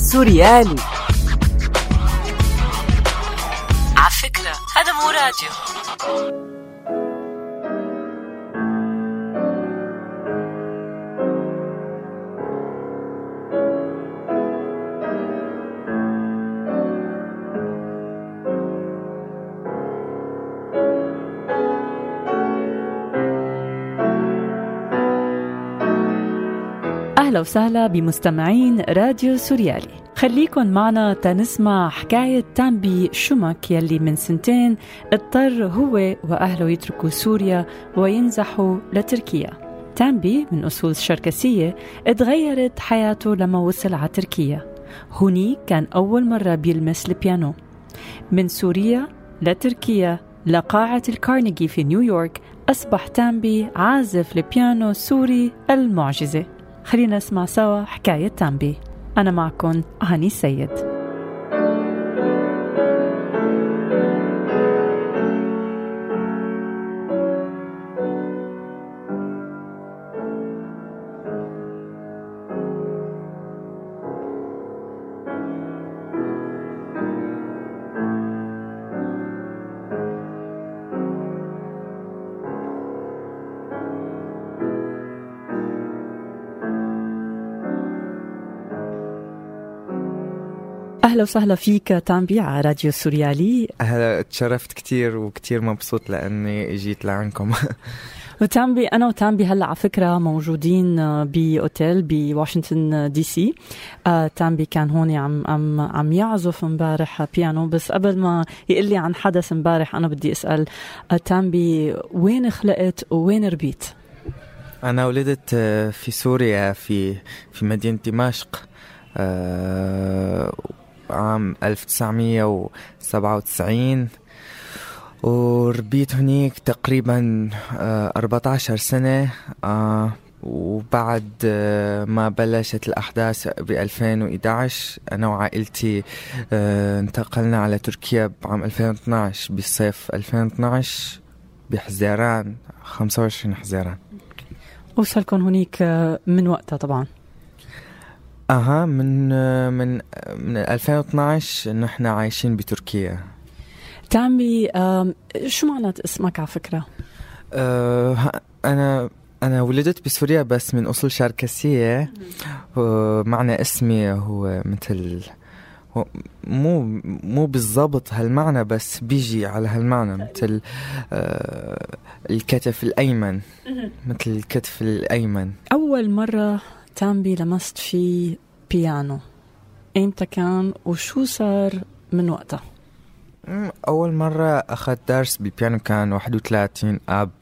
سوريالي. عفكرة هذا مو راديو. أهلا وسهلا بمستمعين راديو سوريالي. خليكن معنا تنسمع حكاية تامبي شومك يلي من 2 اضطر هو وأهله يتركوا سوريا وينزحوا لتركيا. تامبي من أصول شركسية اتغيرت حياته لما وصل على تركيا. هوني كان أول مرة بيلمس البيانو. من سوريا لتركيا لقاعة الكارنيجي في نيويورك أصبح تامبي عازف البيانو السوري المعجزة. خلينا نسمع سوا حكاية تامبي. أنا معكم هاني السيد. أهلا وسهلا فيك تامبي على راديو سوريالي. أهلا، تشرفت كتير وكتير مبسوط لأني جيت لعنكم. وتامبي أنا وتامبي هلأ على فكرة موجودين بأوتيل بواشنطن دي سي. تامبي كان هون عم يعزف امبارح بيانو. بس قبل ما يقلي عن حدث امبارح أنا بدي أسأل تامبي وين خلقت وين ربيت؟ أنا ولدت في سوريا في مدينة دمشق عام 1997 وربيت هناك تقريبا 14 سنة. وبعد ما بلشت الأحداث ب2011 أنا وعائلتي انتقلنا على تركيا بعام 2012 بالصيف 2012 بحزيران 25 حزيران. وصلكم هناك من وقتها طبعا؟ من 2012 نحن عايشين بتركيا. تامبي شو معنات اسمك على فكرة؟ أنا ولدت بسوريا بس من أصول شركسية. معنى اسمي هو مثل مو بالضبط هالمعنى بس بيجي على هالمعنى مثل الكتف الأيمن، مثل الكتف الأيمن. أول مرة تامبي لمست في بيانو إمتى كان وشو صار من وقتها؟ أول مرة أخذت درس بالبيانو كان 31 آب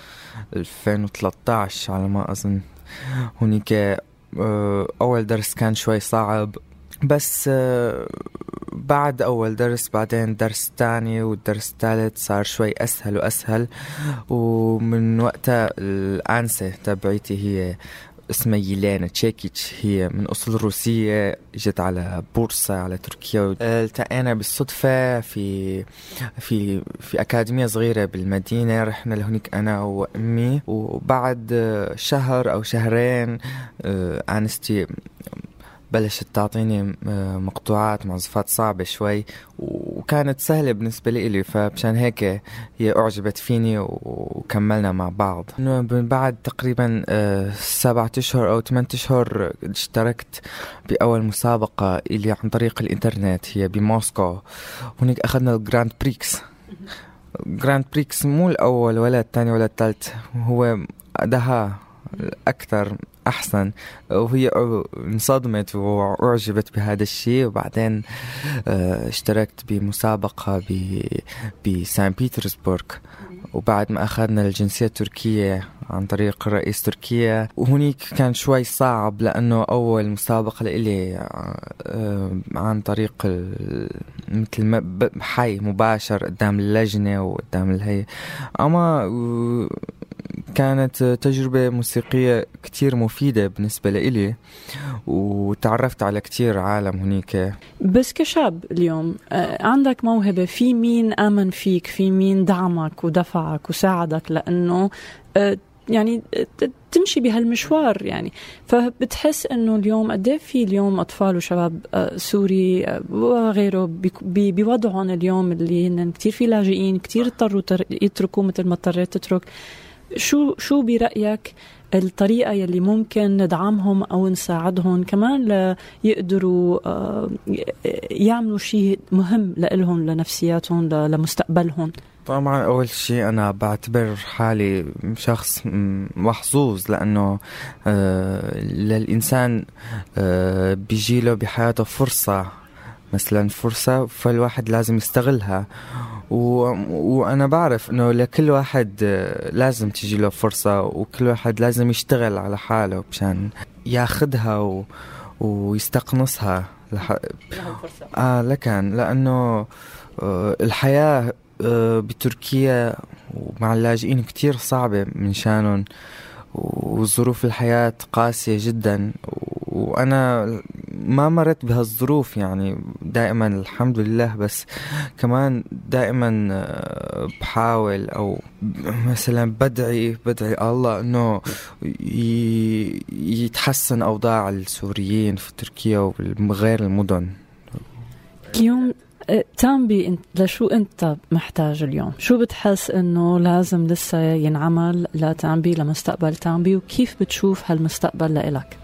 2013 على ما أظن. هناك أول درس كان شوي صعب بس بعد أول درس بعدين درس تاني والدرس الثالث صار شوي أسهل وأسهل. ومن وقتها الأنسة تبعيتي هي اسمها ييلينا تشيكيتش، هي من أصول روسية، جت على بورصة على تركيا. التقينا بالصدفة في أكاديمية صغيرة بالمدينة. رحنا لهناك أنا وأمي وبعد شهر أو شهرين أنستي بلشت تعطيني مقطوعات معزوفات صعبة شوي وكانت سهلة بالنسبة لي، فبشان هيك هي أعجبت فيني وكملنا مع بعض. من بعد تقريبا 7 أشهر أو 8 أشهر اشتركت بأول مسابقة إلي عن طريق الإنترنت، هي بموسكو. هناك أخذنا الجراند بريكس مو الأول ولا الثاني ولا الثالث، هو أداها أكثر أحسن. وهي انصدمت وأعجبت بهذا الشيء. وبعدين اشتركت بمسابقة بسان بيترسبورغ، وبعد ما أخذنا الجنسية التركية عن طريق رئيس تركيا. وهناك كان شوي صعب لأنه أول مسابقة لإلي عن طريق مثل حي مباشر قدام اللجنة وقدام الهيئة. أما كانت تجربة موسيقية كتير مفيدة بالنسبة لإلي وتعرفت على كتير عالم هناك. بس كشاب اليوم عندك موهبة، في مين آمن فيك؟ في مين دعمك ودفعك وساعدك لأنه يعني تمشي بهالمشوار يعني. فبتحس انه اليوم قد في اليوم اطفال وشباب سوري وغيره بوضعهم اليوم اللي هن كتير في لاجئين، كتير اضطروا يتركوا مثل ما اضطريت تترك. شو برأيك الطريقة يلي ممكن ندعمهم أو نساعدهم كمان ليقدروا يعملوا شيء مهم لإلهم، لنفسياتهم، لمستقبلهم؟ طبعا أول شيء أنا بعتبر حالي شخص محظوظ، لأنه للإنسان بيجيله بحياته فرصة، مثلا فرصة، فالواحد لازم يستغلها. وأنا بعرف أنه لكل واحد لازم تجي له فرصة، وكل واحد لازم يشتغل على حاله مشان ياخدها ويستقنصها لكن لأنه الحياة بتركيا ومع اللاجئين كتير صعبة من شانهم، وظروف الحياة قاسية جدا، وأنا ما مرت بهالظروف يعني دائما الحمد لله، بس كمان دائما بحاول أو مثلا بدعي الله أنه يتحسن أوضاع السوريين في تركيا وغير المدن. اليوم تامبي لشو أنت محتاج اليوم؟ شو بتحس إنه لازم لسه ينعمل لتامبي، لمستقبل تامبي، وكيف بتشوف هالمستقبل لإلك؟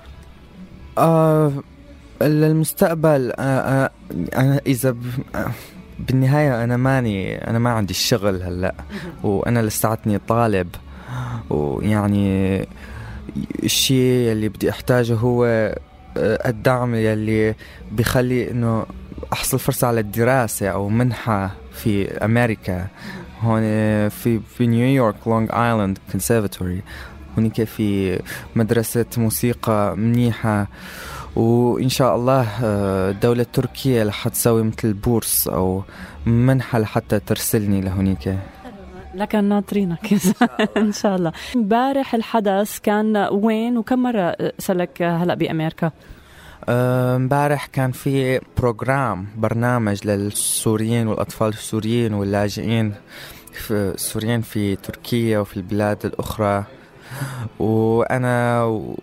المستقبل أنا إذا بالنهاية أنا ما عندي الشغل هلأ، وأنا لساتني طالب، ويعني الشيء اللي بدي أحتاجه هو الدعم يلي بيخلي إنه أحصل فرصة على الدراسة أو منحة في أمريكا، هون في نيويورك لونج آيلاند كونسيرفتوري، هونيك في مدرسة موسيقى منيحة، وإن شاء الله الدولة التركية رح تسوي مثل بورس أو منحة لحتى ترسلني لهونيك. لكن ناطرينك إن شاء الله. امبارح الحدث كان وين وكم مرة سلك هلأ بأمريكا؟ امبارح كان في برنامج للسوريين والأطفال السوريين واللاجئين السوريين في تركيا وفي البلاد الأخرى، وأنا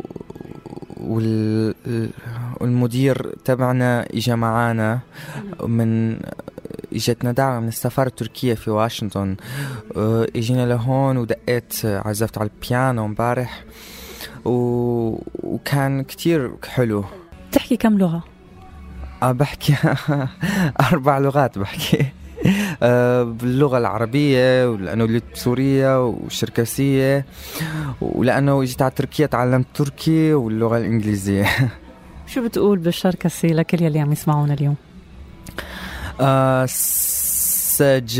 والمدير تبعنا إجا معانا إجتنا دعوة من السفارة التركية في واشنطن، إجينا لهون ودقيت عزفت على البيانو امبارح، وكان كتير حلو. تحكي كم لغة؟ بحكي 4 لغات بحكي. باللغة العربية، ولأنه سورية والشركسية، ولأنه جيت على تركيا تعلمت تركي، واللغة الإنجليزية. شو بتقول بالشركسي لكل يلي عم يسمعون اليوم؟ سج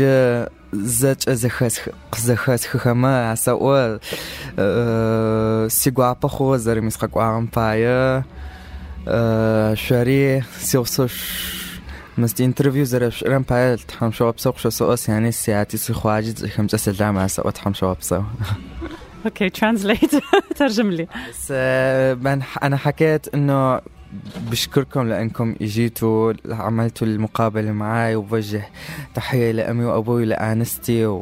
زخس خما سوال سيغوا بخو زر مسخق امباير شاري سيوسوش مست انترفيو زر امباير تحم شو بسوق شو سوس يعني سياتي سخواجد خمسة سلامة سوت تحم شو بسو. اوكي ترانسليت ترجم لي. بس انا حكيت انه بشكركم لأنكم اجيتوا عملتوا المقابلة معاي، وبوجه تحية لأمي وأبوي لآنستي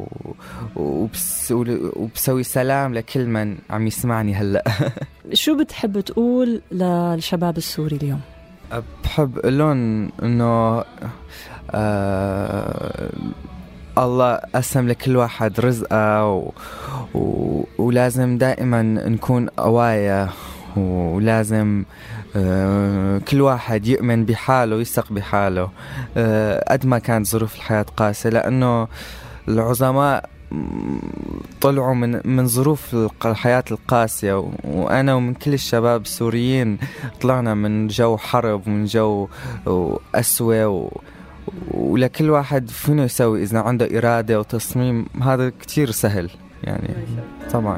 وبسوي سلام لكل من عم يسمعني هلأ. شو بتحب تقول للشباب السوري اليوم؟ بحب لهم إنه الله قسم لكل واحد رزقه، ولازم دائما نكون قوايا، ولازم كل واحد يؤمن بحاله ويثق بحاله قد ما كانت ظروف الحياة قاسية، لأنه العظماء طلعوا من ظروف الحياة القاسية، وأنا ومن كل الشباب السوريين طلعنا من جو حرب ومن جو أسوأ، ولكل واحد فينه يسوي إذا عنده إرادة وتصميم، هذا كتير سهل يعني طبعا.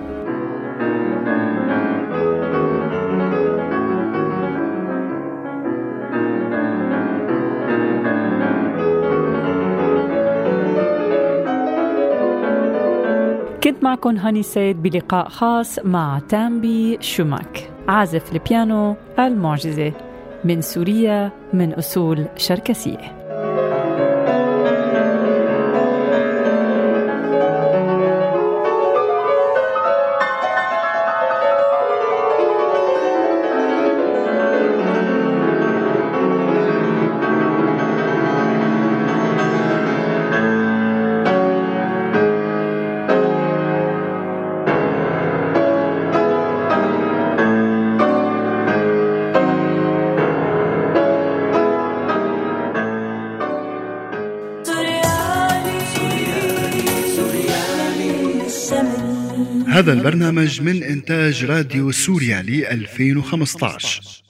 كنت معكم هاني سيد بلقاء خاص مع تامبي شوماك، عازف البيانو المعجزة من سوريا من أصول شركسية. هذا البرنامج من إنتاج راديو سوريالي 2015.